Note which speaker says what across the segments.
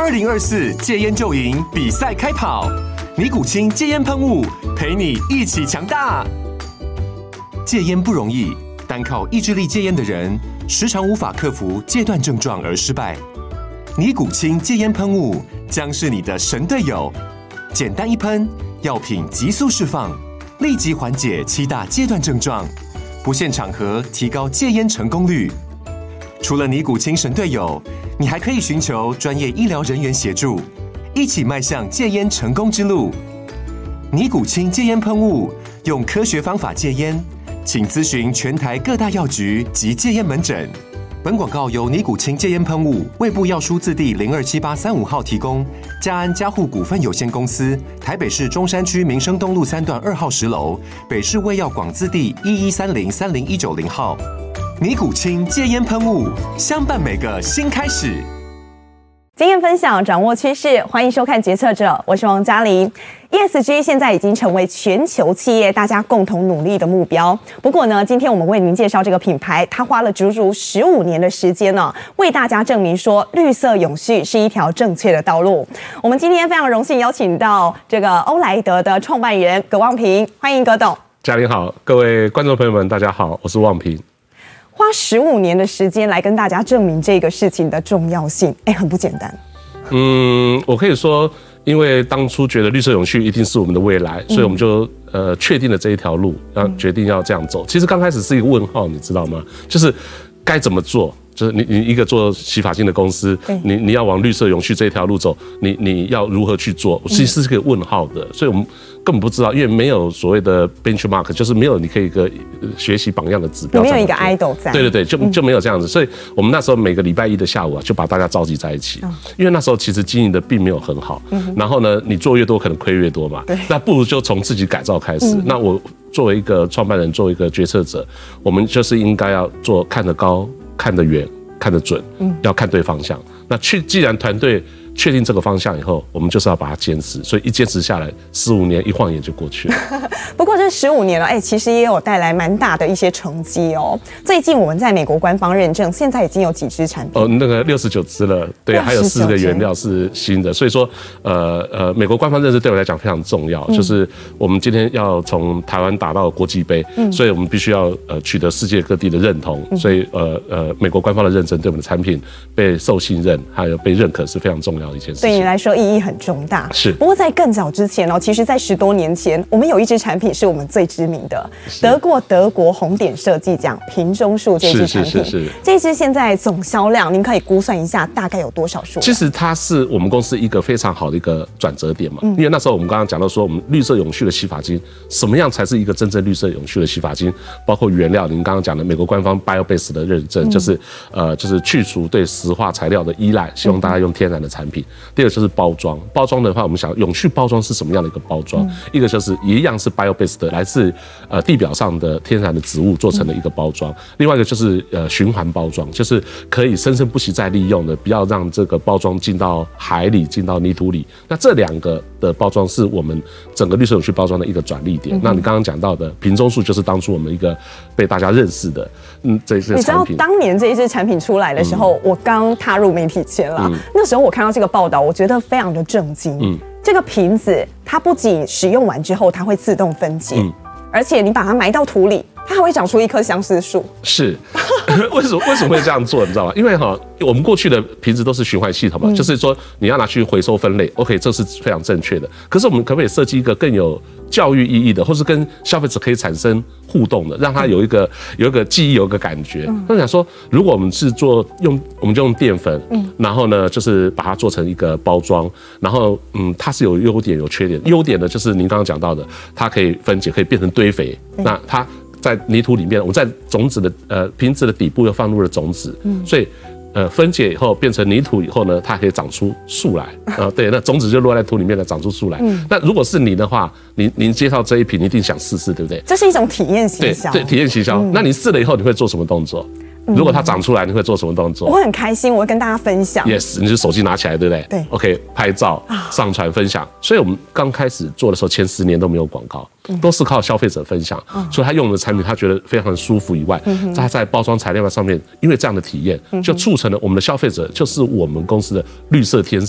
Speaker 1: 2024戒烟就赢比赛开跑，尼古清戒烟喷雾陪你一起强大。戒烟不容易，单靠意志力戒烟的人，时常无法克服戒断症状而失败。尼古清戒烟喷雾将是你的神队友，简单一喷，药品急速释放，立即缓解7大戒断症状，不限场合提高戒烟成功率。除了尼古清神队友，你还可以寻求专业医疗人员协助，一起迈向戒烟成功之路。尼古清戒烟喷雾，用科学方法戒烟，请咨询全台各大药局及戒烟门诊。本广告由尼古清戒烟喷雾、卫部药书字第027835号提供，嘉安嘉护股份有限公司，台北市中山区民生东路3段2号10楼，北市卫药广字第1130-30190号。尼古清戒烟喷雾，相伴每个新开始。
Speaker 2: 经验分享，掌握趋势，欢迎收看《决策者》，我是王嘉玲。ESG 现在已经成为全球企业大家共同努力的目标。不过呢，今天我们为您介绍这个品牌，它花了足足15年的时间呢，为大家证明说绿色永续是一条正确的道路。我们今天非常荣幸邀请到这个欧莱德的创办人葛望平，欢迎葛董。
Speaker 3: 嘉玲好，各位观众朋友们，大家好，我是望平。
Speaker 2: 花15年的时间来跟大家证明这个事情的重要性，很不简单。
Speaker 3: 我可以说，因为当初觉得绿色永续一定是我们的未来，所以我们就确定了这一条路，决定要这样走。其实刚开始是一个问号，你知道吗？就是该怎么做？就是你一个做洗发精的公司，你要往绿色永续这一条路走，你要如何去做？其实是个问号的，所以我们根本不知道，因为没有所谓的 benchmark， 就是没有你可以一个学习榜样的指标，
Speaker 2: 没有一个 idol 在。
Speaker 3: 对，就没有这样子，所以我们那时候每个礼拜一的下午就把大家召集在一起，因为那时候其实经营的并没有很好，然后呢，你做越多可能亏越多嘛，那不如就从自己改造开始。那我作为一个创办人，作为一个决策者，我们就是应该要做看得高、看得远、看得准，要看对方向。那既然团队确定这个方向以后，我们就是要把它坚持，所以一坚持下来，15年一晃眼就过去了。
Speaker 2: 不过这15年了，其实也有带来蛮大的一些成绩哦。最近我们在美国官方认证，现在已经有几支产品？那个
Speaker 3: 69支了，对，还有4个原料是新的，所以说，美国官方认证对我来讲非常重要，就是我们今天要从台湾打到国际杯，所以我们必须要取得世界各地的认同，所以美国官方的认证对我们的产品被受信任，还有被认可是非常重要的一件事情，
Speaker 2: 对你来说意义很重大。
Speaker 3: 是。
Speaker 2: 不过在更早之前其实在10多年前，我们有一支产品是我们最知名的，得过德国红点设计奖瓶中树这支产品。是。这支现在总销量，您可以估算一下大概有多少数？
Speaker 3: 其实它是我们公司一个非常好的一个转折点嘛，因为那时候我们刚刚讲到说，我们绿色永续的洗发精，什么样才是一个真正绿色永续的洗发精？包括原料，您刚刚讲的美国官方 BioBase 的认证，就是去除对石化材料的依赖，希望大家用天然的产品。第二就是包装，包装的话，我们想永续包装是什么样的一个包装？一个就是一样是 BioBase 的，来自地表上的天然的植物做成的一个包装。另外一个就是循环包装，就是可以生生不息再利用的，不要让这个包装进到海里、进到泥土里。那这2个的包装是我们整个绿色永续包装的一个转捩点。那你刚刚讲到的瓶中树，就是当初我们一个被大家认识的这一支产品。
Speaker 2: 你知道当年这一支产品出来的时候，我刚踏入媒体圈了，那时候我看到这个报道，我觉得非常的震惊。这个瓶子它不仅使用完之后它会自动分解，而且你把它埋到土里，它还会长出一棵相思树。是。
Speaker 3: 为什么会这样做？你知道吗？因为我们过去的瓶子都是循环系统嘛，就是说你要拿去回收分类 ，OK， 这是非常正确的。可是我们可不可以设计一个更有教育意义的，或是跟消费者可以产生互动的，让他有一个记忆，有一个感觉？那想说，如果我们是我们就用淀粉，然后呢，就是把它做成一个包装，然后它是有优点有缺点。优点呢，就是您刚刚讲到的，它可以分解，可以变成堆肥。那它在泥土里面，我们在种子的瓶子的底部又放入了种子，所以分解以后变成泥土以后呢，它可以长出树来对，那种子就落在土里面了，长出树来。那如果是你的话，您接到这一瓶，你一定想试试，对不对？
Speaker 2: 这是一种体验行销，
Speaker 3: 对，体验行销。那你试了以后，你会做什么动作？如果它长出来，你会做什么动作？
Speaker 2: 我很开心，我会跟大家分享。
Speaker 3: Yes， 你就手机拿起来，对不对？
Speaker 2: 对。
Speaker 3: OK， 拍照、上传、分享。所以我们刚开始做的时候，前10年都没有广告，都是靠消费者分享。所以他用的产品，他觉得非常舒服以外，他在包装材料上面，因为这样的体验，就促成了我们的消费者就是我们公司的绿色天使。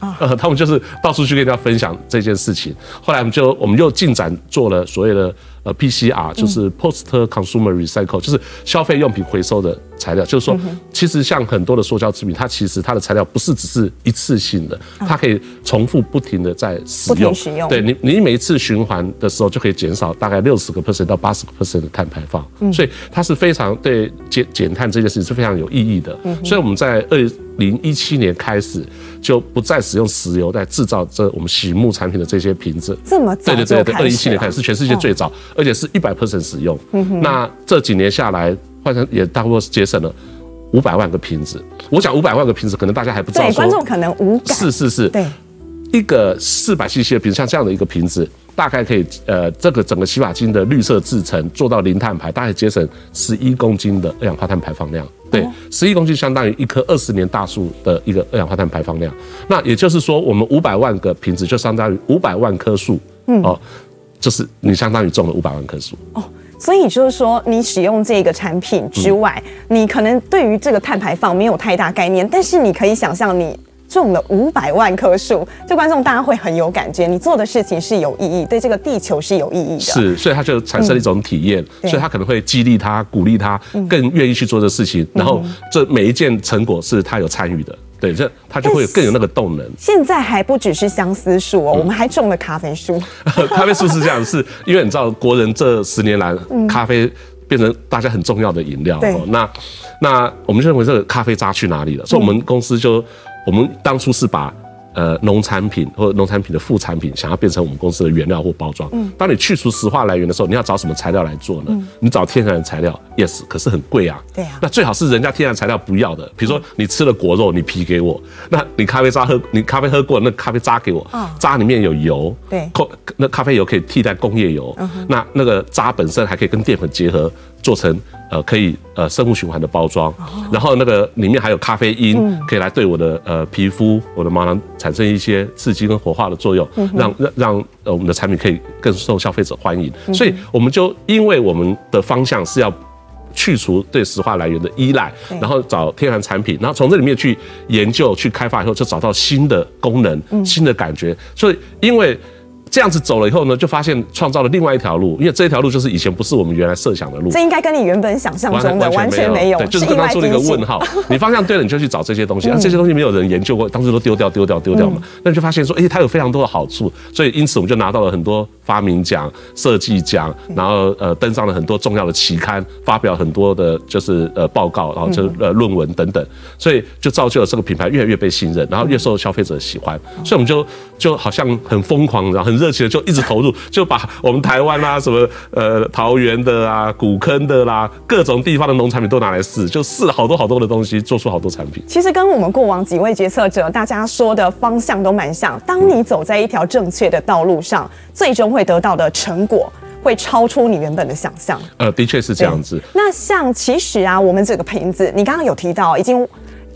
Speaker 3: 他们就是到处去跟人家分享这件事情。后来我们又进展做了所谓的PCR， 就是 Post Consumer Recycle， 就是消费用品回收的材料。就是说，其实像很多的塑胶制品，它其实它的材料不是只是一次性的，它可以重复不停的在使用。对你每一次循环的时候，就可以减少大概60% 到80% 的碳排放。所以它是非常对减碳这件事情是非常有意义的。所以我们在2017年开始就不再使用石油在制造我们洗沐产品的这些瓶子。
Speaker 2: 这么早就开始？
Speaker 3: 对，2017年开始是全世界最早，而且是100% 使用。那这几年下来，换成也大概节省了500万个瓶子。我讲500万个瓶子，可能大家还不知道。
Speaker 2: 对，观众可能无感。
Speaker 3: 是。对，一个400cc 的瓶子，像这样的一个瓶子，大概可以这个整个洗发精的绿色制成做到零碳排，大概节省11公斤的二氧化碳排放量。对，11公斤相当于一棵20年大树的一个二氧化碳排放量。那也就是说，我们500万个瓶子就相当于500万棵树。就是你相当于种了500万棵树。
Speaker 2: 所以就是说，你使用这个产品之外，你可能对于这个碳排放没有太大概念，但是你可以想象你种了500万棵树，这观众大家会很有感觉，你做的事情是有意义，对这个地球是有意义的。
Speaker 3: 是，所以他就产生了一种体验，所以他可能会激励他、鼓励他，更愿意去做这事情。然后这每一件成果是他有参与的。对，这他就会更有那个动能。现
Speaker 2: 在还不只是相思树我们还种了咖啡树。
Speaker 3: 咖啡树是这样，是因为你知道国人这10年来，咖啡变成大家很重要的饮料。那我们就认为这个咖啡渣去哪里了？所以我们公司我们当初是把农产品或者农产品的副产品想要变成我们公司的原料或包装。当你去除石化来源的时候，你要找什么材料来做呢？你找天然材料 ，yes， 可是很贵啊。
Speaker 2: 对啊。
Speaker 3: 那最好是人家天然材料不要的，比如说你吃了果肉，你皮给我，那你咖啡喝过，那咖啡渣给我，渣里面有油，
Speaker 2: 对，
Speaker 3: 那咖啡油可以替代工业油，那个渣本身还可以跟淀粉结合，做成可以生物循环的包装，然后那个里面还有咖啡因，可以来对我的皮肤、我的毛囊产生一些刺激跟活化的作用，让我们的产品可以更受消费者欢迎。所以我们就因为我们的方向是要去除对石化来源的依赖，然后找天然产品，然后从这里面去研究、去开发以后，就找到新的功能、新的感觉。所以因为这样子走了以后呢，就发现创造了另外一条路，因为这一条路就是以前不是我们原来设想的路。
Speaker 2: 这应该跟你原本想象中的完全没有，
Speaker 3: 对，就是刚出了一个问号。你方向对了，你就去找这些东西，这些东西没有人研究过，当时都丢掉嘛。那你就发现说，它有非常多的好处，所以因此我们就拿到了很多发明奖、设计奖，然后登上了很多重要的期刊，发表很多的就是报告，然后就论文等等，所以就造就了这个品牌越来越被信任，然后越受消费者喜欢。所以我们就好像很疯狂，然后很热情的就一直投入，就把我们台湾什么桃园的古坑的啦，各种地方的农产品都拿来试，就试了好多的东西，做出好多产品。
Speaker 2: 其实跟我们过往几位决策者大家说的方向都蛮像，当你走在一条正确的道路上，最终会得到的成果会超出你原本的想象。
Speaker 3: 的确是这样子。
Speaker 2: 那像其实我们这个瓶子，你刚刚有提到已经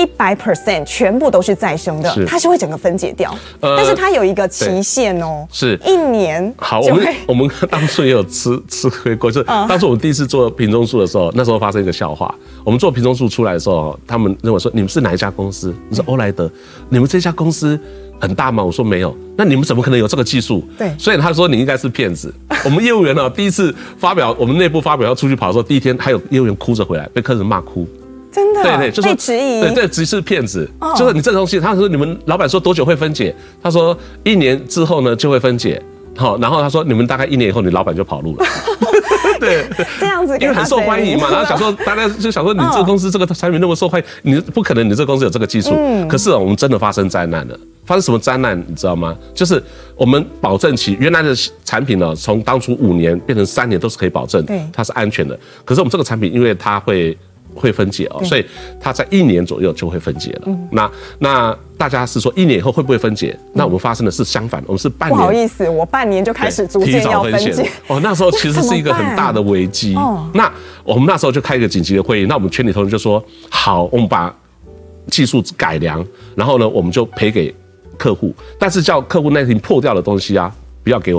Speaker 2: 100% 全部都是再生的，它是会整个分解掉，但是它有一个期限
Speaker 3: 是
Speaker 2: 1年。
Speaker 3: 好，我们当初也有吃亏过，就是当初我们第一次做瓶中树的时候，那时候发生一个笑话。我们做瓶中树出来的时候，他们认为说你们是哪一家公司？你说欧莱德，你们这家公司很大吗？我说没有。那你们怎么可能有这个技术？
Speaker 2: 对，
Speaker 3: 所以他说你应该是骗子。我们业务员第一次发表，我们内部发表要出去跑的时候，第一天还有业务员哭着回来，被客人骂哭。
Speaker 2: 真的，
Speaker 3: 对，就说
Speaker 2: 被质疑，
Speaker 3: 对，只是骗子，就是你这东西，他说你们老板说多久会分解？他说1年之后呢就会分解，然后他说你们大概1年以后，你老板就跑路了。对，
Speaker 2: 这样子，
Speaker 3: 因为很受欢迎嘛，然后想说大家就想说你这个公司这个产品那么受欢迎，你不可能你这个公司有这个技术。可是我们真的发生灾难了。发生什么灾难你知道吗？就是我们保证期原来的产品呢，从当初5年变成3年都是可以保证它是安全的。可是我们这个产品因为它会分解所以它在1年左右就会分解了。那大家是说1年以后会不会分解？那我们发生的是相反，我们是半年。
Speaker 2: 不好意思，我半年就开始逐渐要分解。
Speaker 3: 那时候其实是一个很大的危机。那我们那时候就开一个紧急的会议，那我们全体同仁就说好，我们把技术改良，然后呢我们就赔给客户，但是叫客户那瓶破掉的东西不要给我们。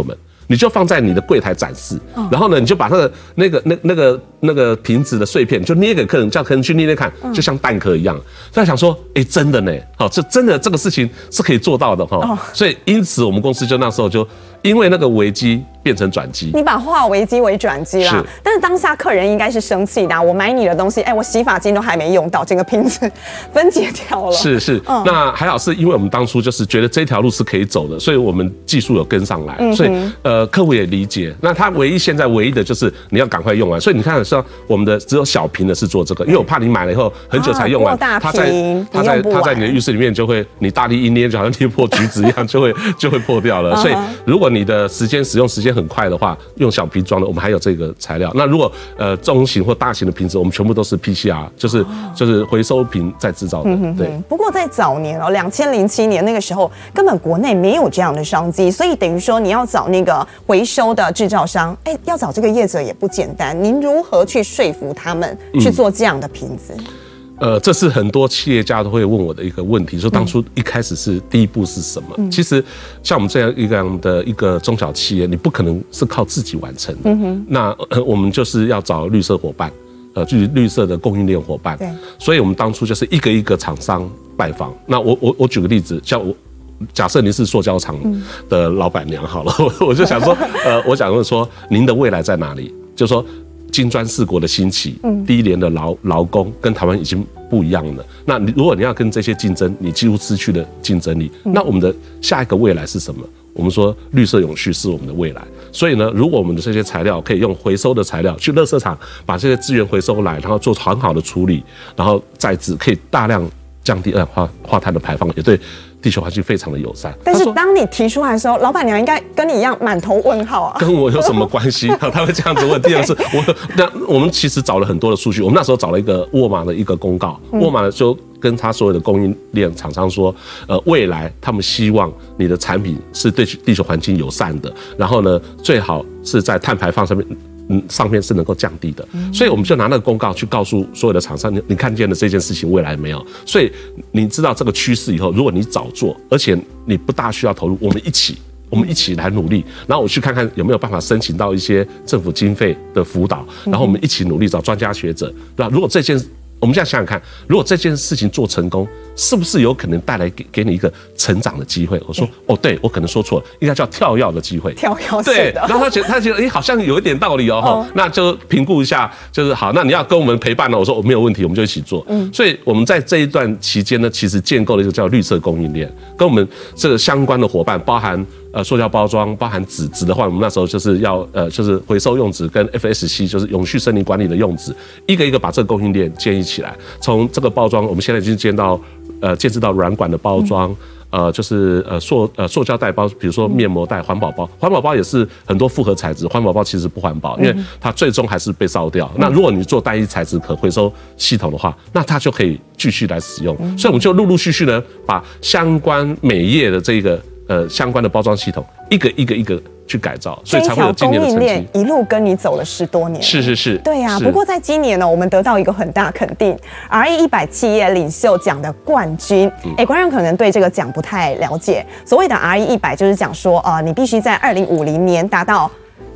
Speaker 3: 你就放在你的柜台展示，然后呢，你就把那个瓶子的碎片，就捏给客人，叫客人去捏捏看，就像蛋壳一样。他想说，真的呢，这真的这个事情是可以做到的哈。所以因此我们公司就那时候就因为那个危机变成转机。你
Speaker 2: 把化危机为转机啦。但是当下客人应该是生气的，我买你的东西，我洗发精都还没用到，整个瓶子分解掉了。
Speaker 3: 是，那还好是因为我们当初就是觉得这条路是可以走的，所以我们技术有跟上来，所以客户也理解。那他现在唯一的就是你要赶快用完，所以你看像我们的只有小瓶的是做这个，因为我怕你买了以后很久才用完，他在你的浴室里面就会你大力一捏，就好像捏破橘子一样，就会破掉了。所以如果你的使用时间很快的话，用小瓶装的，我们还有这个材料。那如果中型或大型的瓶子，我们全部都是 PCR， 就是回收瓶在制造的。对。
Speaker 2: 不过在早年2007年那个时候，根本国内没有这样的商机，所以等于说你要找那个回收的制造商，要找这个业者也不简单。您如何去说服他们去做这样的瓶子？
Speaker 3: 这是很多企业家都会问我的一个问题，说当初一开始是第一步是什么？其实像我们这样的一个中小企业，你不可能是靠自己完成的。那我们就是要找绿色伙伴，就是绿色的供应链伙伴。所以我们当初就是一个一个厂商拜访。那我举个例子，像假设您是塑胶厂的老板娘好了，我就想说，我想问说，您的未来在哪里？就是说，金砖四国的兴起，低廉的劳工跟台湾已经不一样了。那如果你要跟这些竞争，你几乎失去了竞争力。那我们的下一个未来是什么？我们说绿色永续是我们的未来。所以呢，如果我们的这些材料可以用回收的材料去垃圾场把这些资源回收来，然后做很好的处理，然后再制，可以大量降低二氧化碳的排放，也对地球环境非常的友善。
Speaker 2: 但是当你提出来的时候，老板娘应该跟你一样满头问号啊。
Speaker 3: 跟我有什么关系？他会这样子问。第二是我们其实找了很多的数据，我们那时候找了一个沃尔玛的一个公告，沃尔玛就跟他所有的供应链厂商说，未来他们希望你的产品是对地球环境友善的，然后呢，最好是在碳排放上面是能够降低的。所以我们就拿那个公告去告诉所有的厂商，你看见了这件事情未来没有？所以你知道这个趋势以后，如果你早做，而且你不大需要投入，我们一起来努力，然后我去看看有没有办法申请到一些政府经费的辅导，然后我们一起努力找专家学者，对吧？如果我们现在想想看，如果这件事情做成功，是不是有可能带来给你一个成长的机会？我说，对，我可能说错了，应该叫跳跃的机会。
Speaker 2: 跳跃
Speaker 3: 对，然后他觉得，好像有一点道理哦，那就评估一下，就是好，那你要跟我们陪伴呢？我说我没有问题，我们就一起做。所以我们在这一段期间呢，其实建构了一个叫绿色供应链，跟我们这个相关的伙伴，包含塑胶包装，包含纸的话，我们那时候就是要就是回收用纸跟 FSC 就是永续森林管理的用纸，一个一个把这个供应链建立起来。从这个包装，我们现在已经建制到软管的包装，就是塑胶袋包，比如说面膜袋、环保包。环保包也是很多复合材质，环保包其实不环保，因为它最终还是被烧掉。那如果你做单一材质可回收系统的话，那它就可以继续来使用。所以我们就陆陆续续呢，把相关美业的这个相关的包装系统一个去改造，所以才会有今年的成绩。这一条供应链一
Speaker 2: 路跟你走了10多年。
Speaker 3: 是。
Speaker 2: 对啊，不过在今年呢，我们得到一个很大肯定 ，RE100 企业领袖奖的冠军。观众可能对这个奖不太了解，所谓的 RE100 就是讲说，你必须在2050年达到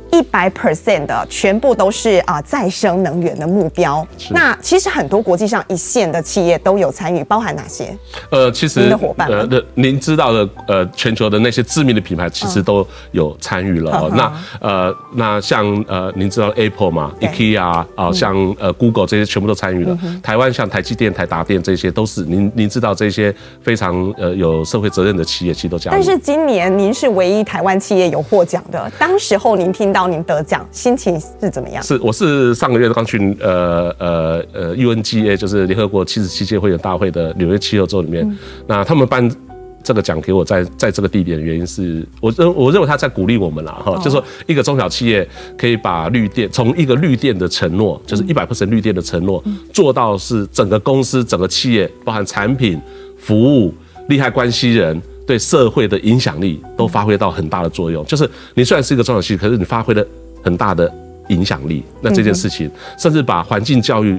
Speaker 2: 100% 的全部都是再生能源的目标。那其实很多国际上一线的企业都有参与，包含哪些？其实您的伙伴
Speaker 3: 您知道的全球的那些知名的品牌其实都有参与了。那像您知道 Apple 嘛 ，IKEA 像Google 这些全部都参与了。台湾像台积电、台达电这些都是您知道这些非常有社会责任的企业其实都加入。
Speaker 2: 但是今年您是唯一台湾企业有获奖的，当时候您听到您得奖，心情是怎么样？
Speaker 3: 我是上个月刚去UNGA 就是联合国77届会员大会的纽约气候州里面，那他们颁这个奖给我在这个地点的原因是，我认为他在鼓励我们啦，就是说一个中小企业可以把绿电从一个绿电的承诺，就是100% 绿电的承诺，做到是整个公司、整个企业，包含产品、服务、利害关系人。对社会的影响力都发挥到很大的作用，就是你虽然是一个中小企业，可是你发挥了很大的影响力。那这件事情，甚至把环境教育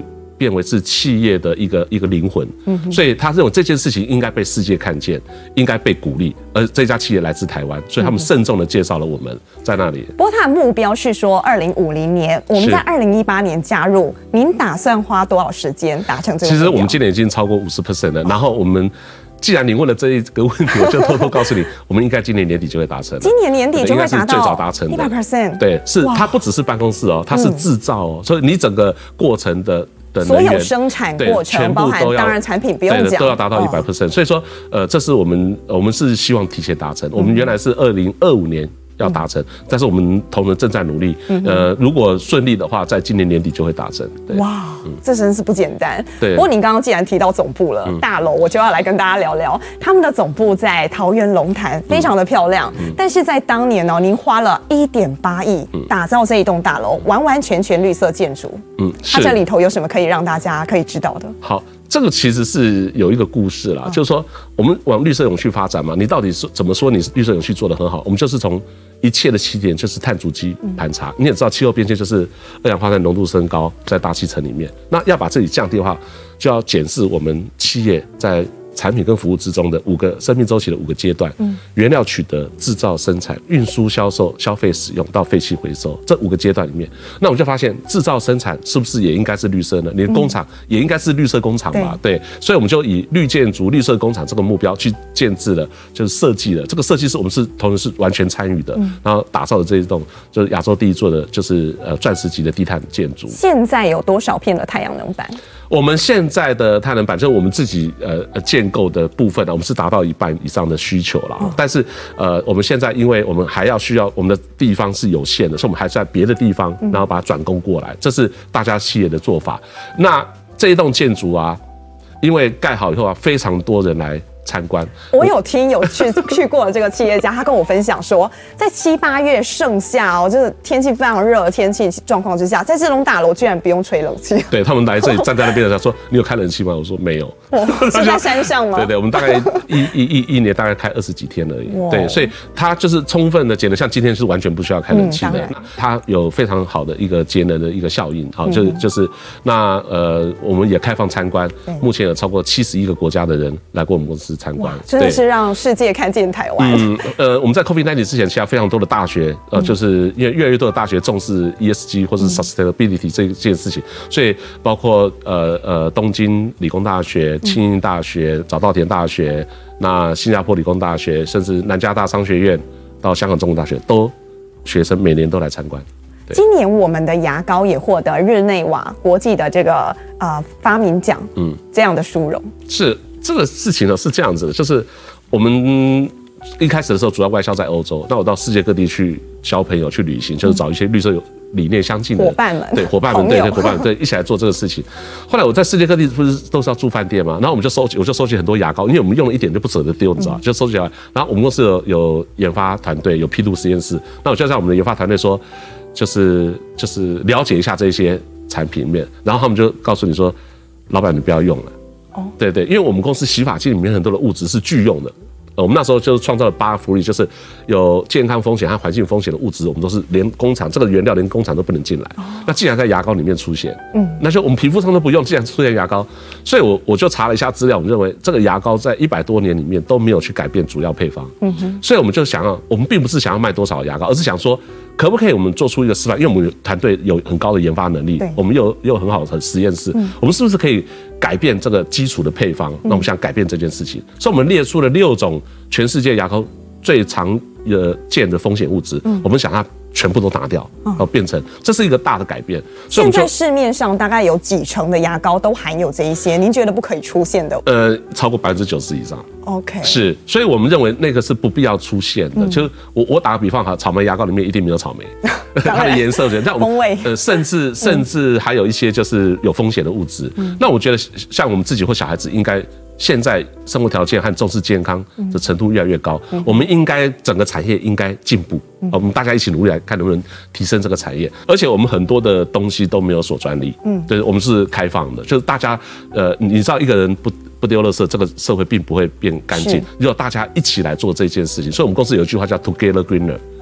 Speaker 3: 变为是企业的一个灵魂，所以他认为这件事情应该被世界看见，应该被鼓励。而这家企业来自台湾，所以他们慎重的介绍了我们在那里。
Speaker 2: 不过他的目标是说2050年，我们在2018年加入，您打算花多少时间达成这个目标？
Speaker 3: 其实我们今年已经超过50% 了，然后我们。既然你问了这一个问题，我就偷偷告诉你，我们应该今年年底就会达成。
Speaker 2: 今年年底就会达到，
Speaker 3: 最早达成的
Speaker 2: 100%。
Speaker 3: 对，是它不只是办公室哦，它是制造哦，所以你整个过程的
Speaker 2: 所有生产过程，包含当然产品不用讲，
Speaker 3: 都要达到100%。所以说，这是我们是希望提前达成。我们原来是2025年。要达成，但是我们同仁正在努力。如果顺利的话，在今年年底就会达成。
Speaker 2: 哇，这真是不简单。
Speaker 3: 对。
Speaker 2: 不过您刚刚既然提到总部了，大楼，我就要来跟大家聊聊他们的总部在桃园龙潭，非常的漂亮。但是在当年呢，您花了1.8亿打造这一栋大楼，完完全全绿色建筑。它这里头有什么可以让大家可以知道的？
Speaker 3: 好。这个其实是有一个故事啦，就是说我们往绿色永续发展嘛，你到底是怎么说你绿色永续做得很好？我们就是从一切的起点就是碳足迹盘查，你也知道气候变迁就是二氧化碳浓度升高在大气层里面，那要把这里降低的话，就要检视我们企业在产品跟服务之中的5个生命周期的5个阶段，原料取得、制造、生产、运输、销售、消费、使用到废弃回收这5个阶段里面，那我们就发现制造生产是不是也应该是绿色呢？你的工厂也应该是绿色工厂吧？对，所以我们就以绿建筑、绿色工厂这个目标去建制了，就是设计了。这个设计是我们同时是完全参与的，然后打造的这一栋就是亚洲第一座的，就是钻石级的低碳建筑。
Speaker 2: 现在有多少片的太阳能板？
Speaker 3: 我们现在的太阳能板就是我们自己建构的部分我们是达到1半以上的需求啦。但是我们现在因为我们还需要我们的地方是有限的，所以我们还是在别的地方，然后把它转工过来，这是大家企业的做法。那这一栋建筑啊，因为盖好以后非常多人来参观。
Speaker 2: 我有去过的这个企业家，他跟我分享说，在7、8月盛夏就是天气非常热的天气状况之下，在这栋大楼居然不用吹冷气。
Speaker 3: 对，他们来这里站在那边的时候说：“你有开冷气吗？”我说：“没有。”
Speaker 2: 是在山上吗？
Speaker 3: 对，我们大概一年大概开20几天而已。对，所以它就是充分的节能，像今天是完全不需要开冷气的。它有非常好的一个节能的一个效应。好，就是那我们也开放参观，目前有超过71个国家的人来过我们公司参观，
Speaker 2: 真的是让世界看见台湾。
Speaker 3: 我们在 COVID-19 之前，其实非常多的大学，就是因为越来越多的大学重视 ESG 或是 sustainability 这件事情，所以包括东京理工大学、庆应大学、早稻田大学、那新加坡理工大学，甚至南加大商学院到香港中文大学，学生每年都来参观。
Speaker 2: 今年我们的牙膏也获得日内瓦国际的这个发明奖，这样的殊荣。是
Speaker 3: 这个事情呢是这样子的，就是我们一开始的时候主要外销在欧洲，那我到世界各地去交朋友、去旅行，就是找一些绿色理念相近的
Speaker 2: 伙伴们，
Speaker 3: 对伙伴们，一起来做这个事情。后来我在世界各地不是都是要住饭店嘛，然后我就收集很多牙膏，因为我们用了一点就不舍得丢，你知道，就收集来。然后我们公司有研发团队，有批度实验室，那我就在我们的研发团队说，就是了解一下这些产品面，然后他们就告诉你说，老板你不要用了。对，因为我们公司洗发精里面很多的物质是拒用的。我们那时候就创造了8个福利，就是有健康风险和环境风险的物质，我们都是连工厂这个原料连工厂都不能进来。那既然在牙膏里面出现，那就我们皮肤上都不用，既然出现牙膏，所以我就查了一下资料，我们认为这个牙膏在100多年里面都没有去改变主要配方。所以我们就想要，我们并不是想要卖多少牙膏，而是想说，可不可以我们做出一个示范？因为我们团队有很高的研发能力，我们有很好的实验室，我们是不是可以改变这个基础的配方？那我们想改变这件事情，所以我们列出了6种全世界牙膏最常见的风险物质，我们想它全部都拿掉，然后变成这是一个大的改变。
Speaker 2: 现在市面上大概有几成的牙膏都含有这一些？您觉得不可以出现的？
Speaker 3: 超过90%以上。
Speaker 2: OK，
Speaker 3: 是，所以我们认为那个是不必要出现的。就是我打个比方哈，草莓牙膏里面一定没有草莓，它的颜色但
Speaker 2: 风味，
Speaker 3: 甚至还有一些就是有风险的物质。那我觉得像我们自己或小孩子应该。现在生活条件和重视健康的程度越来越高，我们应该整个产业应该进步，我们大家一起努力来看能不能提升这个产业。而且我们很多的东西都没有锁专利，对，我们是开放的，就是大家你知道一个人不丢垃圾，这个社会并不会变干净。如果大家一起来做这件事情，所以我们公司有一句话叫 Together Greener。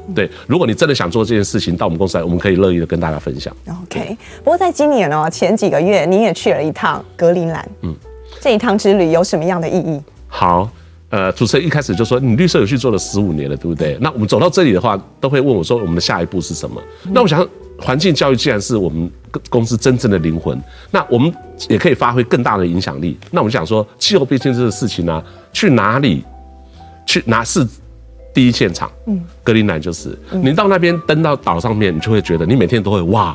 Speaker 3: 对，如果你真的想做这件事情，到我们公司来，我们可以乐意的跟大家分享。
Speaker 2: OK， 不过在今年呢，前几个月你也去了一趟格陵兰，这一趟之旅有什么样的意义？
Speaker 3: 好。主持人一开始就说你绿色有序做了15年了，对不对？那我们走到这里的话，都会问我说我们的下一步是什么？那我想，环境教育既然是我们公司真正的灵魂，那我们也可以发挥更大的影响力。那我们想说，气候变迁这个事情呢，去哪里？去哪是第一现场？格陵兰就是，你到那边登到岛上面，你就会觉得你每天都会哇，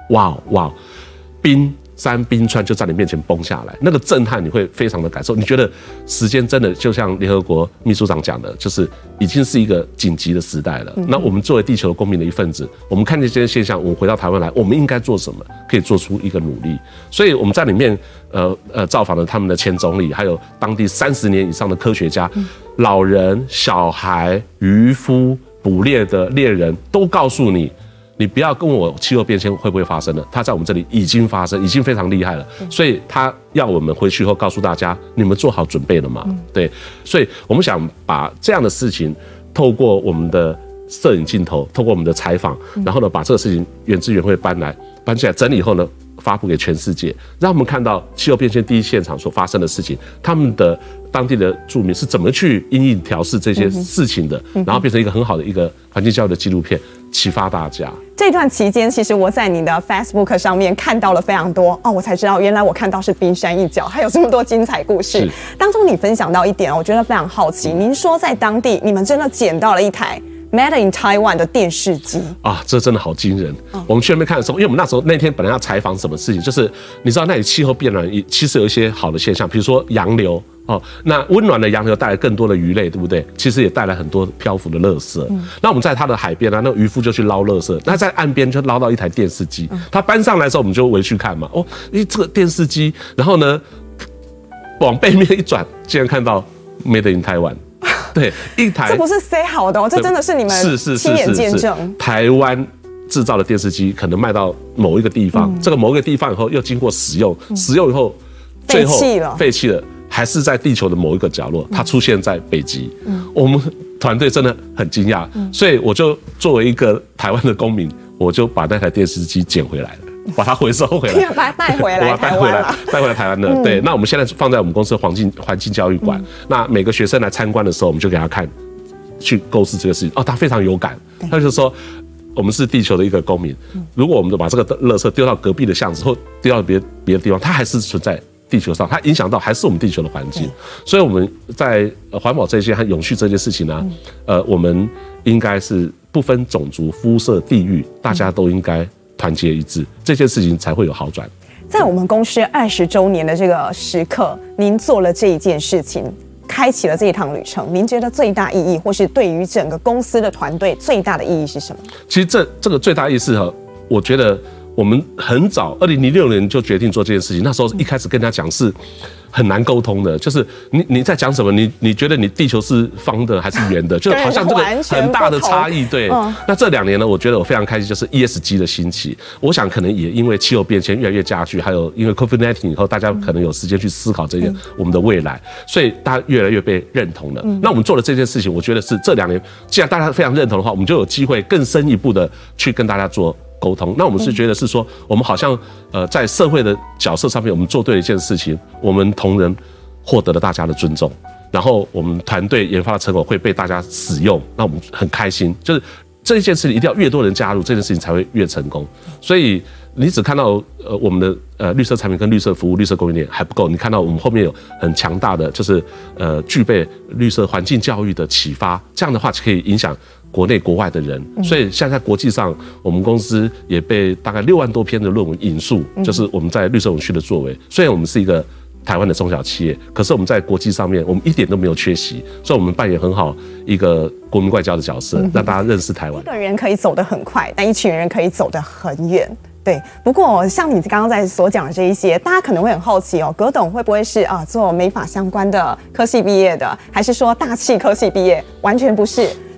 Speaker 3: 冰山冰川就在你面前崩下来，那个震撼你会非常的感受。你觉得时间真的就像联合国秘书长讲的，就是已经是一个紧急的时代了。那我们作为地球公民的一份子，我们看见这些现象，我们回到台湾来，我们应该做什么？可以做出一个努力。所以我们在里面造访了他们的前总理，还有当地30年以上的科学家、老人、小孩、渔夫、捕猎的猎人，都告诉你。你不要跟我气候变迁会不会发生了，它在我们这里已经发生，已经非常厉害了。所以他要我们回去后告诉大家，你们做好准备了吗？对，所以我们想把这样的事情透过我们的摄影镜头，透过我们的采访，然后呢把这个事情原汁原味搬起来整理以后呢，发布给全世界，让我们看到气候变迁第一现场所发生的事情，他们的当地的住民是怎么去因应调试这些事情的，然后变成一个很好的一个环境教育的纪录片，启发大家。
Speaker 2: 这段期间，其实我在你的 Facebook 上面看到了非常多我才知道原来我看到是冰山一角，还有这么多精彩故事。当中你分享到一点，我觉得非常好奇，您说在当地你们真的捡到了一台Made in Taiwan 的电视机
Speaker 3: 啊，这真的好惊人！我们去那边看的时候，因为我们那天本来要采访什么事情，就是你知道那里气候变暖，其实有一些好的现象，比如说洋流那温暖的洋流带来更多的鱼类，对不对？其实也带来很多漂浮的垃圾。那我们在它的海边那个渔夫就去捞垃圾，那在岸边就捞到一台电视机，他搬上来的时候我们就围去看嘛。这个电视机，然后呢往背面一转，竟然看到 Made in Taiwan。对，一台
Speaker 2: 这不是 say 好的这真的是你们亲眼见证。
Speaker 3: 台湾制造的电视机可能卖到某一个地方，这个某一个地方以后又经过使用以后，最后废弃了，还是在地球的某一个角落，它出现在北极。我们团队真的很惊讶，所以我就作为一个台湾的公民，我就把那台电视机捡回来了。把它回收回来，
Speaker 2: 把它带回来，带
Speaker 3: 回来台湾的。对，那我们现在放在我们公司的环境教育馆。那每个学生来参观的时候，我们就给他看，去构思这个事情。他非常有感，他就说我们是地球的一个公民。如果我们把这个垃圾丢到隔壁的巷子或丢到别的地方，它还是存在地球上，它影响到还是我们地球的环境。所以我们在环保这些和永续这件事情呢，我们应该是不分种族、肤色、地域，大家都应该团结一致，这件事情才会有好转。
Speaker 2: 在我们公司20周年的这个时刻，您做了这一件事情，开启了这一趟旅程。您觉得最大意义，或是对于整个公司的团队最大的意义是什么？其实
Speaker 3: 这个最大意义是我觉得我们很早2006年就决定做这件事情，那时候一开始跟他讲是很难沟通的，就是你在讲什么？你觉得你地球是方的还是圆的？就好像这个很大的差异。对，那这2年呢，我觉得我非常开心，就是 ESG 的兴起。我想可能也因为气候变迁越来越加剧，还有因为 COVID-19 以后，大家可能有时间去思考这些我们的未来，所以大家越来越被认同了。那我们做了这件事情，我觉得是这2年，既然大家非常认同的话，我们就有机会更深一步的去跟大家做沟通。那我们是觉得是说，我们好像在社会的角色上面，我们做对了一件事情，我们同仁获得了大家的尊重，然后我们团队研发的成果会被大家使用，那我们很开心。就是这一件事情一定要越多人加入，这件事情才会越成功。所以你只看到我们的绿色产品跟绿色服务、绿色供应链还不够，你看到我们后面有很强大的就是具备绿色环境教育的启发，这样的话可以影响国内国外的人。所以现在国际上，我们公司也被大概6万多篇的论文引述，就是我们在绿色永续的作为。虽然我们是一个台湾的中小企业，可是我们在国际上面，我们一点都没有缺席，所以我们扮演很好一个国民外交的角色，让大家认识台湾。
Speaker 2: 一个人可以走得很快，但一群人可以走得很远。对，不过像你刚刚在所讲的这一些，大家可能会很好奇葛董会不会是做美发相关的科系毕业的，还是说大气科系毕业？完全不是。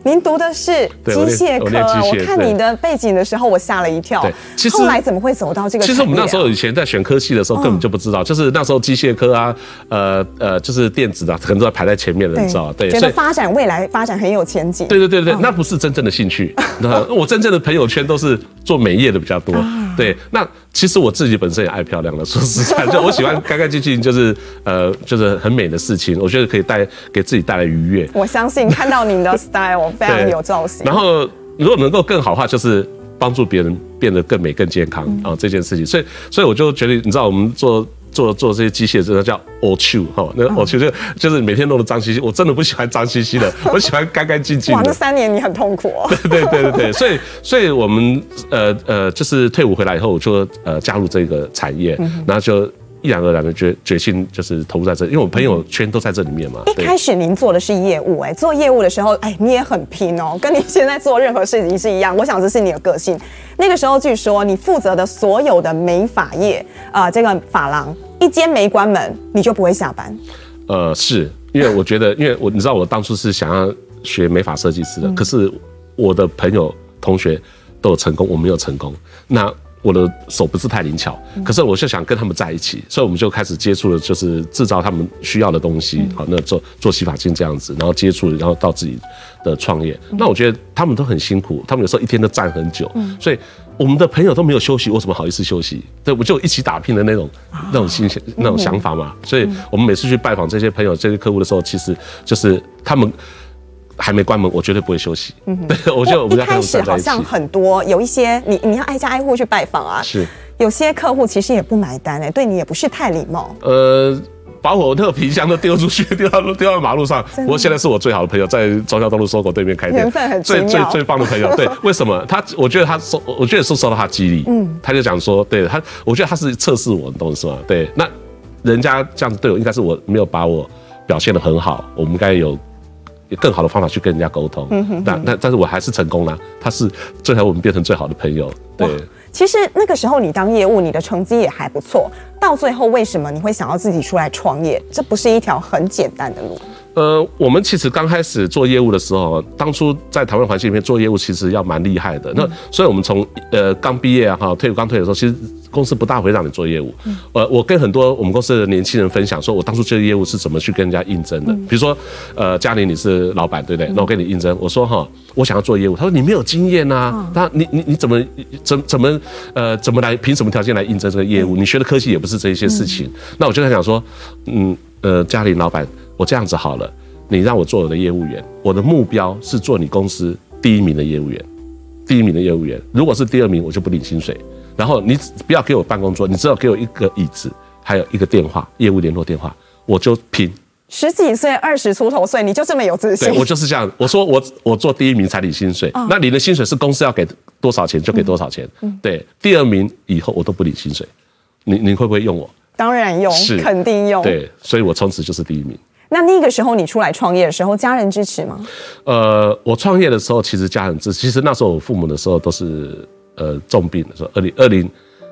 Speaker 2: 您读的是机械科啊！我看你的背景的时候，我吓了一跳。
Speaker 3: 对，其实
Speaker 2: 后来怎么会走到这个？
Speaker 3: 其实我们那时候以前在选科系的时候，根本就不知道，就是那时候机械科啊，就是电子的，可能都在排在前面的，你知道吗？对，
Speaker 2: 觉得未来发展很有前景。
Speaker 3: 对，那不是真正的兴趣。我真正的朋友圈都是做美业的比较多。对，那其实我自己本身也爱漂亮了，说实在，就我喜欢干干净净，就是很美的事情，我觉得可以给自己带来愉悦。
Speaker 2: 我相信看到您的 style 非常有造型。
Speaker 3: 然后如果能够更好的话，就是帮助别人变得更美、更健康啊这件事情。所以我就觉得，你知道我们做这些机械，真的叫 all true 哈，那 all true就是每天弄得脏兮兮，我真的不喜欢脏兮兮的，我喜欢干干净净的。
Speaker 2: 哇，那3年你很痛苦哦。
Speaker 3: 对，所以我们就是退伍回来以后，我就加入这个产业，然后就毅然而然的决心就是投入在这里，因为我朋友圈都在这里面嘛。
Speaker 2: 一开始您做的是业务，做业务的时候，你也很拼哦，跟你现在做任何事情是一样。我想这是你的个性。那个时候据说你负责的所有的美发业这个发廊一间没关门，你就不会下班。
Speaker 3: 是因为我觉得，你知道我当初是想要学美发设计师的，可是我的朋友同学都有成功，我没有成功。那我的手不是太灵巧，可是我就想跟他们在一起，所以我们就开始接触了，就是制造他们需要的东西，好，那做洗发精这样子，然后接触，然后到自己的创业。那我觉得他们都很辛苦，他们有时候一天都站很久，所以我们的朋友都没有休息，我怎么好意思休息？对，我就一起打拼的那种想法嘛。所以我们每次去拜访这些朋友、这些客户的时候，其实就是他们还没关门，我绝对不会休息。对，我们
Speaker 2: 一开始好像很多有一些你要挨家挨户去拜访啊，
Speaker 3: 是
Speaker 2: 有些客户其实也不买单对你也不是太礼貌。
Speaker 3: 把我那个皮箱都丢出去，丢到马路上。不过现在是我最好的朋友，在忠孝东路SOGO对面开店，
Speaker 2: 缘分很奇妙，
Speaker 3: 最棒的朋友。对，为什么？我觉得是受到他激励。他就讲说，对他，我觉得他是测试我，你懂是吗？对，那人家这样子对我，应该是我没有把我表现得很好，我们应该有更好的方法去跟人家沟通。但是我还是成功了，他是最后我们变成最好的朋友。对。
Speaker 2: 其实那个时候你当业务，你的成绩也还不错。到最后为什么你会想要自己出来创业？这不是一条很简单的路。
Speaker 3: 我们其实刚开始做业务的时候，当初在台湾环境里面做业务，其实要蛮厉害的。那所以我们从刚毕业刚退的时候，其实公司不大会让你做业务。我跟很多我们公司的年轻人分享说，我当初做业务是怎么去跟人家应征的。比如说嘉玲你是老板对不对？那我跟你应征，我说我想要做业务，他说你没有经验啊，那你怎么来凭什么条件来应征这个业务？你学的科技也不是这些事情。那我就在想说，嘉玲老板。我这样子好了，你让我做我的业务员，我的目标是做你公司第一名的业务员。如果是第2名，我就不领薪水。然后你不要给我办公桌，你只要给我一个椅子，还有一个电话，业务联络电话，我就拼。
Speaker 2: 10几岁、20出头岁，你就这么有自信？
Speaker 3: 对，我就是这样。我说我做第1名才领薪水，那领的薪水是公司要给多少钱就给多少钱。对，第2名以后我都不领薪水。你会不会用我？
Speaker 2: 当然用，肯定用。
Speaker 3: 对，所以我从此就是第1名。
Speaker 2: 那个时候你出来创业的时候，家人支持吗？
Speaker 3: 我创业的时候，其实家人支持。其实那时候我父母的时候都是重病的时候，2002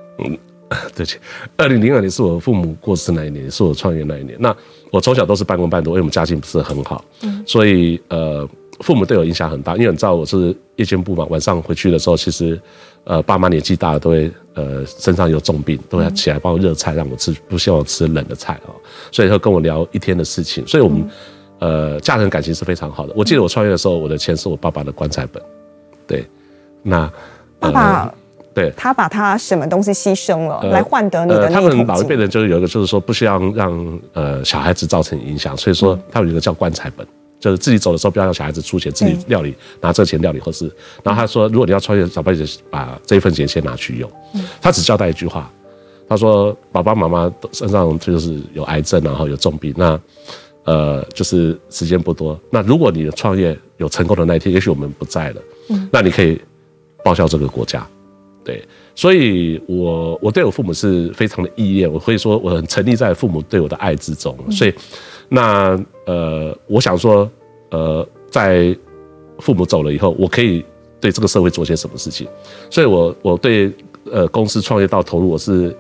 Speaker 3: 年是我父母过世那一年，也是我创业那一年。那我从小都是半工半读，因为我们家境不是很好，所以父母对我影响很大。因为你知道我是夜间部嘛，晚上回去的时候，其实爸妈年纪大了都会身上有重病，都会起来帮我热菜让我吃，不希望我吃冷的菜所以会跟我聊一天的事情。所以我们家人感情是非常好的。我记得我创业的时候，我的钱是我爸爸的棺材本。对，那
Speaker 2: 爸爸
Speaker 3: 对
Speaker 2: 他把他什么东西牺牲了，来换得你的那
Speaker 3: 他们老一辈人就是有一个，就是说不希望让小孩子造成影响，所以说他们有一个叫棺材本。就是自己走的时候，不要让小孩子出钱，自己料理，拿这个钱料理后事。然后他说，如果你要创业，小辈子把这一份钱先拿去用。他只交代一句话，他说爸爸妈妈身上就是有癌症，然后有重病，那就是时间不多。那如果你的创业有成功的那一天，也许我们不在了，那你可以报效这个国家。对，所以我对我父母是非常的依恋，我会说我很沉溺在父母对我的爱之中。所以那我想说在父母走了以后，我可以对这个社会做些什么事情。所以我对公司创业到投入，我是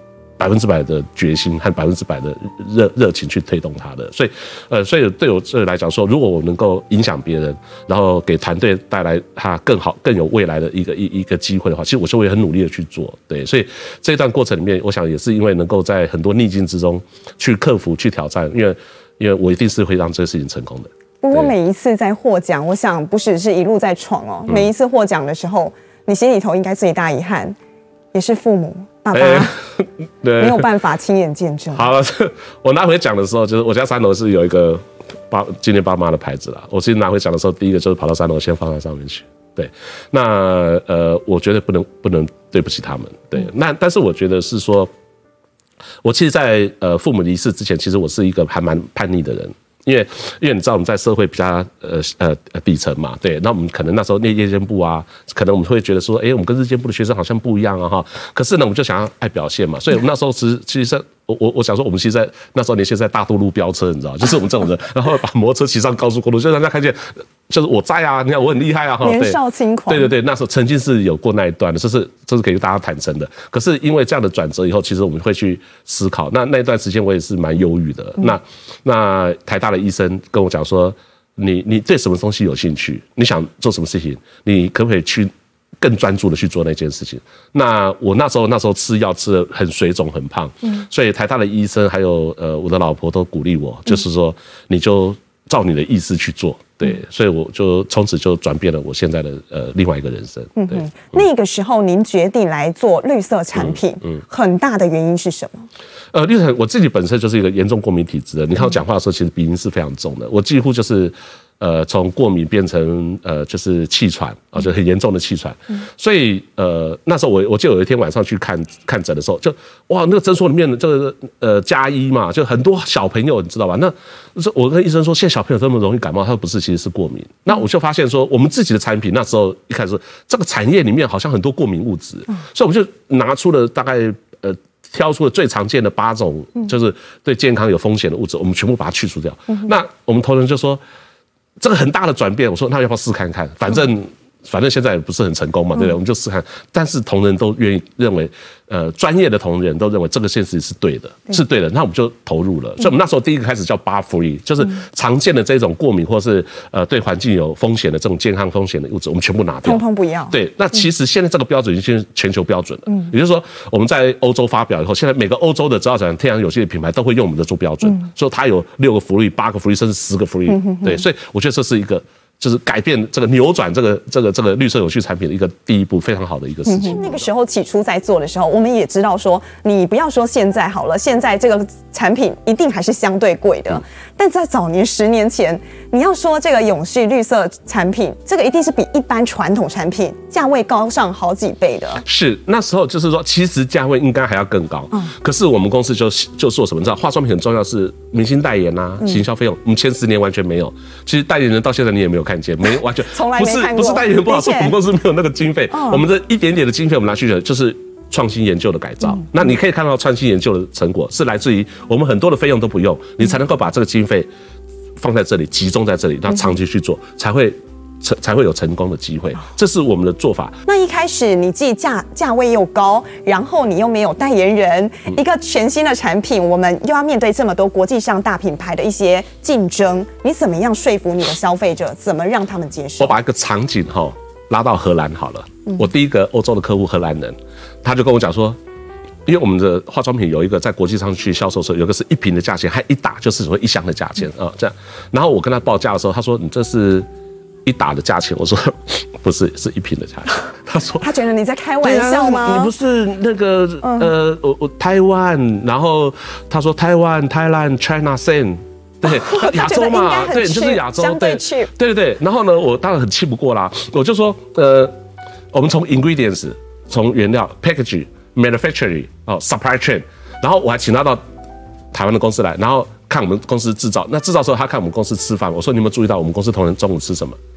Speaker 3: 100%的决心和100%的热情去推动它的。所以对我来讲说，如果我能够影响别人，然后给团队带来他更好、更有未来的一个机会的话，其实我就会很努力的去做。对，所以这段过程里面，我想也是因为能够在很多逆境之中去克服、去挑战，因为我一定是会让这个事情成功的。
Speaker 2: 不过每一次在获奖，我想不只是一路在闯哦，每一次获奖的时候，你心里头应该最大遗憾也是父母爸爸没有办法亲眼见证。
Speaker 3: 好了，我拿回奖的时候，就是我家3楼是有一个纪念爸妈的牌子啦。我其实拿回奖的时候，第一个就是跑到3楼先放在上面去。对，那我觉得不能对不起他们。对，那但是我觉得是说，我其实，在父母离世之前，其实我是一个还蛮叛逆的人。因为你知道我们在社会比较底层嘛，对，那我们可能那时候念夜间部啊，可能我们会觉得说，我们跟日间部的学生好像不一样啊哈。可是呢，我们就想要爱表现嘛，所以我们那时候其实我想说，我们其实在那时候年轻在大渡路飙车，你知道，就是我们这种人，然后把摩托车骑上高速公路，就让大家看见，就是我在啊，你看我很厉害啊哈。
Speaker 2: 年少轻狂。
Speaker 3: 对，那时候曾经是有过那一段的，这是可以跟大家坦诚的。可是因为这样的转折以后，其实我们会去思考，那一段时间我也是蛮忧郁的。那台大的医生跟我讲说，你对什么东西有兴趣？你想做什么事情？你可不可以去更专注的去做那件事情？那我那时候吃药吃得很水肿很胖，所以台大的医生还有我的老婆都鼓励我，就是说你就照你的意思去做。对，所以我就从此就转变了我现在的另外一个人生。对，
Speaker 2: 那个时候您决定来做绿色产品，很大的原因是什么？
Speaker 3: 绿色我自己本身就是一个严重过敏体质的，你看我讲话的时候，其实鼻音是非常重的，我几乎就是从过敏变成就是气喘啊，就很严重的气喘。所以那时候我记得有一天晚上去看诊的时候，就哇，那个诊所里面的这个家医嘛，就很多小朋友，你知道吧？那我跟医生说，现在小朋友这么容易感冒，他说不是，其实是过敏。那我就发现说，我们自己的产品那时候一开始这个产业里面好像很多过敏物质，所以我们就拿出了大概挑出了最常见的8种，就是对健康有风险的物质，我们全部把它去除掉。那我们同仁就说，这个很大的转变，我说那要不要试看看？反正现在也不是很成功嘛，对不对？我们就试看。但是同仁都愿意认为，专业的同仁都认为这个现实是对的，是对的。那我们就投入了。所以我们那时候第一个开始叫 Bar Free， 就是常见的这种过敏或是对环境有风险的这种健康风险的物质，我们全部拿掉，
Speaker 2: 通通不要。
Speaker 3: 对，那其实现在这个标准已经是全球标准了。也就是说，我们在欧洲发表以后，现在每个欧洲的只要讲天然有机的品牌都会用我们的做标准，所以它有6个free、8个free，甚至10个free。对，所以我觉得这是一个。就是改变这个扭转这个绿色有序产品的一个第一步，非常好的一个事情。
Speaker 2: 那个时候起初在做的时候，我们也知道说，你不要说现在好了，现在这个产品一定还是相对贵的。但在早年10年前，你要说这个永续绿色产品，这个一定是比一般传统产品价位高上好几倍的。是
Speaker 3: 那时候就是说，其实价位应该还要更高。可是我们公司就做什么？你知道，化妆品很重要是明星代言啊，行销费用，我们前10年完全没有。其实代言人到现在你也没有看见，没完全
Speaker 2: 从来没看过。
Speaker 3: 不是代言人不好，是我们公司没有那个经费。我们这一点点的经费，我们拿去就是创新研究的改造。那你可以看到创新研究的成果是来自于我们很多的费用都不用，你才能够把这个经费放在这里，集中在这里，然后长期去做，才会有成功的机会，这是我们的做法。
Speaker 2: 那一开始你自己价位又高，然后你又没有代言人，一个全新的产品，我们又要面对这么多国际上大品牌的一些竞争，你怎么样说服你的消费者，怎么让他们接受？
Speaker 3: 我把一个场景拉到荷兰好了。我第一个欧洲的客户荷兰人，他就跟我讲说，因为我们的化妆品有一个在国际上去销售的时候，有一个是1瓶的价钱，还1打就是说1箱的价钱啊，这样。然后我跟他报价的时候，他说你这是1打的价钱，我说不是，是1瓶的价钱。他说
Speaker 2: 他觉得你在开玩笑吗？
Speaker 3: 你不是那个我台湾，然后他说台湾 Thailand China Sen。对，亚洲嘛，对，就是亚洲，对。然后呢，我当然很气不过啦，我就说，我们从 ingredients， 从原料 packaging、manufacturing、supply chain， 然后我还请他到台湾的公司来，然后看我们公司制造。那制造的时候，他看我们公司吃饭，我说你有没有注意到我们公司同仁中午吃什么？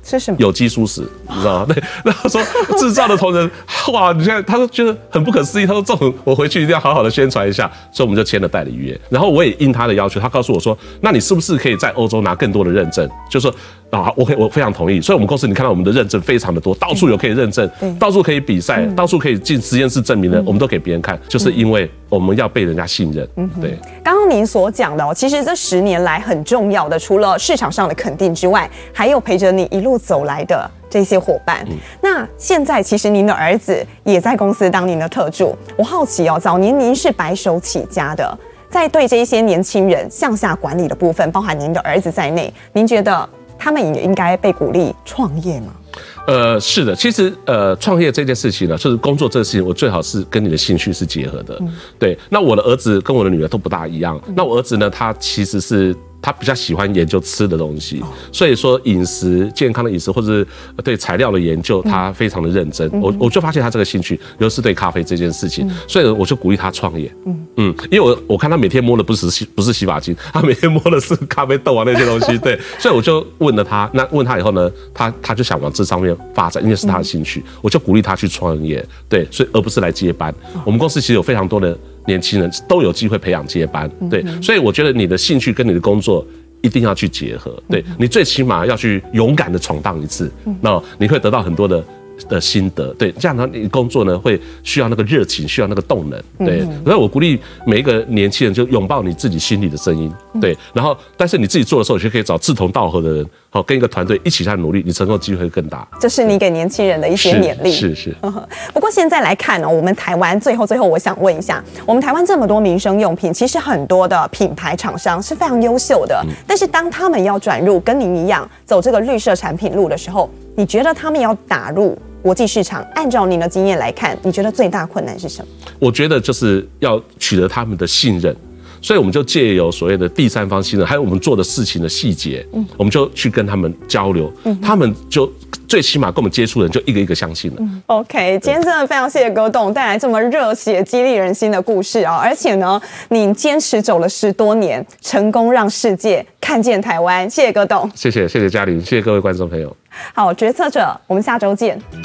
Speaker 2: 吃什么？
Speaker 3: 有机蔬食，你知道吗？对，然后说制造的同仁，哇，你看，他说觉得很不可思议，他说这种我回去一定要好好的宣传一下，所以我们就签了代理约。然后我也应他的要求，他告诉我说，那你是不是可以在欧洲拿更多的认证？就是说啊，我非常同意。所以我们公司你看到我们的认证非常的多，到处有可以认证，到处可以比赛，到处可以进实验室证明的，我们都给别人看，就是因为我们要被人家信任。对。
Speaker 2: 刚刚您所讲的其实这10年来很重要的，除了市场上的肯定之外，还有陪着你一路走来的这些伙伴。那现在其实您的儿子也在公司当您的特助，我好奇早年您是白手起家的，在对这一些年轻人向下管理的部分，包含您的儿子在内，您觉得他们也应该被鼓励创业吗？
Speaker 3: 是的，其实创业这件事情呢，就是工作这个事情，我最好是跟你的兴趣是结合的。对，那我的儿子跟我的女儿都不大一样。那我儿子呢，他其实是他比较喜欢研究吃的东西，所以说饮食健康的饮食或者是对材料的研究，他非常的认真。我就发现他这个兴趣，尤其是对咖啡这件事情，所以我就鼓励他创业。因为我看他每天摸的不是洗发精，他每天摸的是咖啡豆啊那些东西。对，所以我就问了他，那问他以后呢，他就想往这上面发展，因为是他的兴趣，我就鼓励他去创业。对，所以而不是来接班。我们公司其实有非常多的年轻人都有机会培养接班。对，所以我觉得你的兴趣跟你的工作一定要去结合。对，你最起码要去勇敢的闯荡一次，那你会得到很多的心得。对，这样呢，你工作呢会需要那个热情，需要那个动能。对，所以我鼓励每一个年轻人就拥抱你自己心里的声音。对，然后但是你自己做的时候，你就可以找志同道合的人，好跟一个团队一起来努力，你成功机会会更大。
Speaker 2: 这是你给年轻人的一些勉励。
Speaker 3: 是。
Speaker 2: 不过现在来看我们台湾最后我想问一下，我们台湾这么多民生用品，其实很多的品牌厂商是非常优秀的，但是当他们要转入跟您一样走这个绿色产品路的时候，你觉得他们要打入国际市场，按照您的经验来看，你觉得最大困难是什么？我
Speaker 3: 觉得就是要取得他们的信任。所以我们就借由所谓的第三方信任，还有我们做的事情的细节，我们就去跟他们交流，他们就最起码跟我们接触的人就一个一个相信了。
Speaker 2: OK， 今天真的非常谢谢葛董带来这么热血、激励人心的故事而且呢，你坚持走了10多年，成功让世界看见台湾。谢谢葛董，
Speaker 3: 谢谢嘉玲，谢谢各位观众朋友。
Speaker 2: 好，决策者，我们下周见。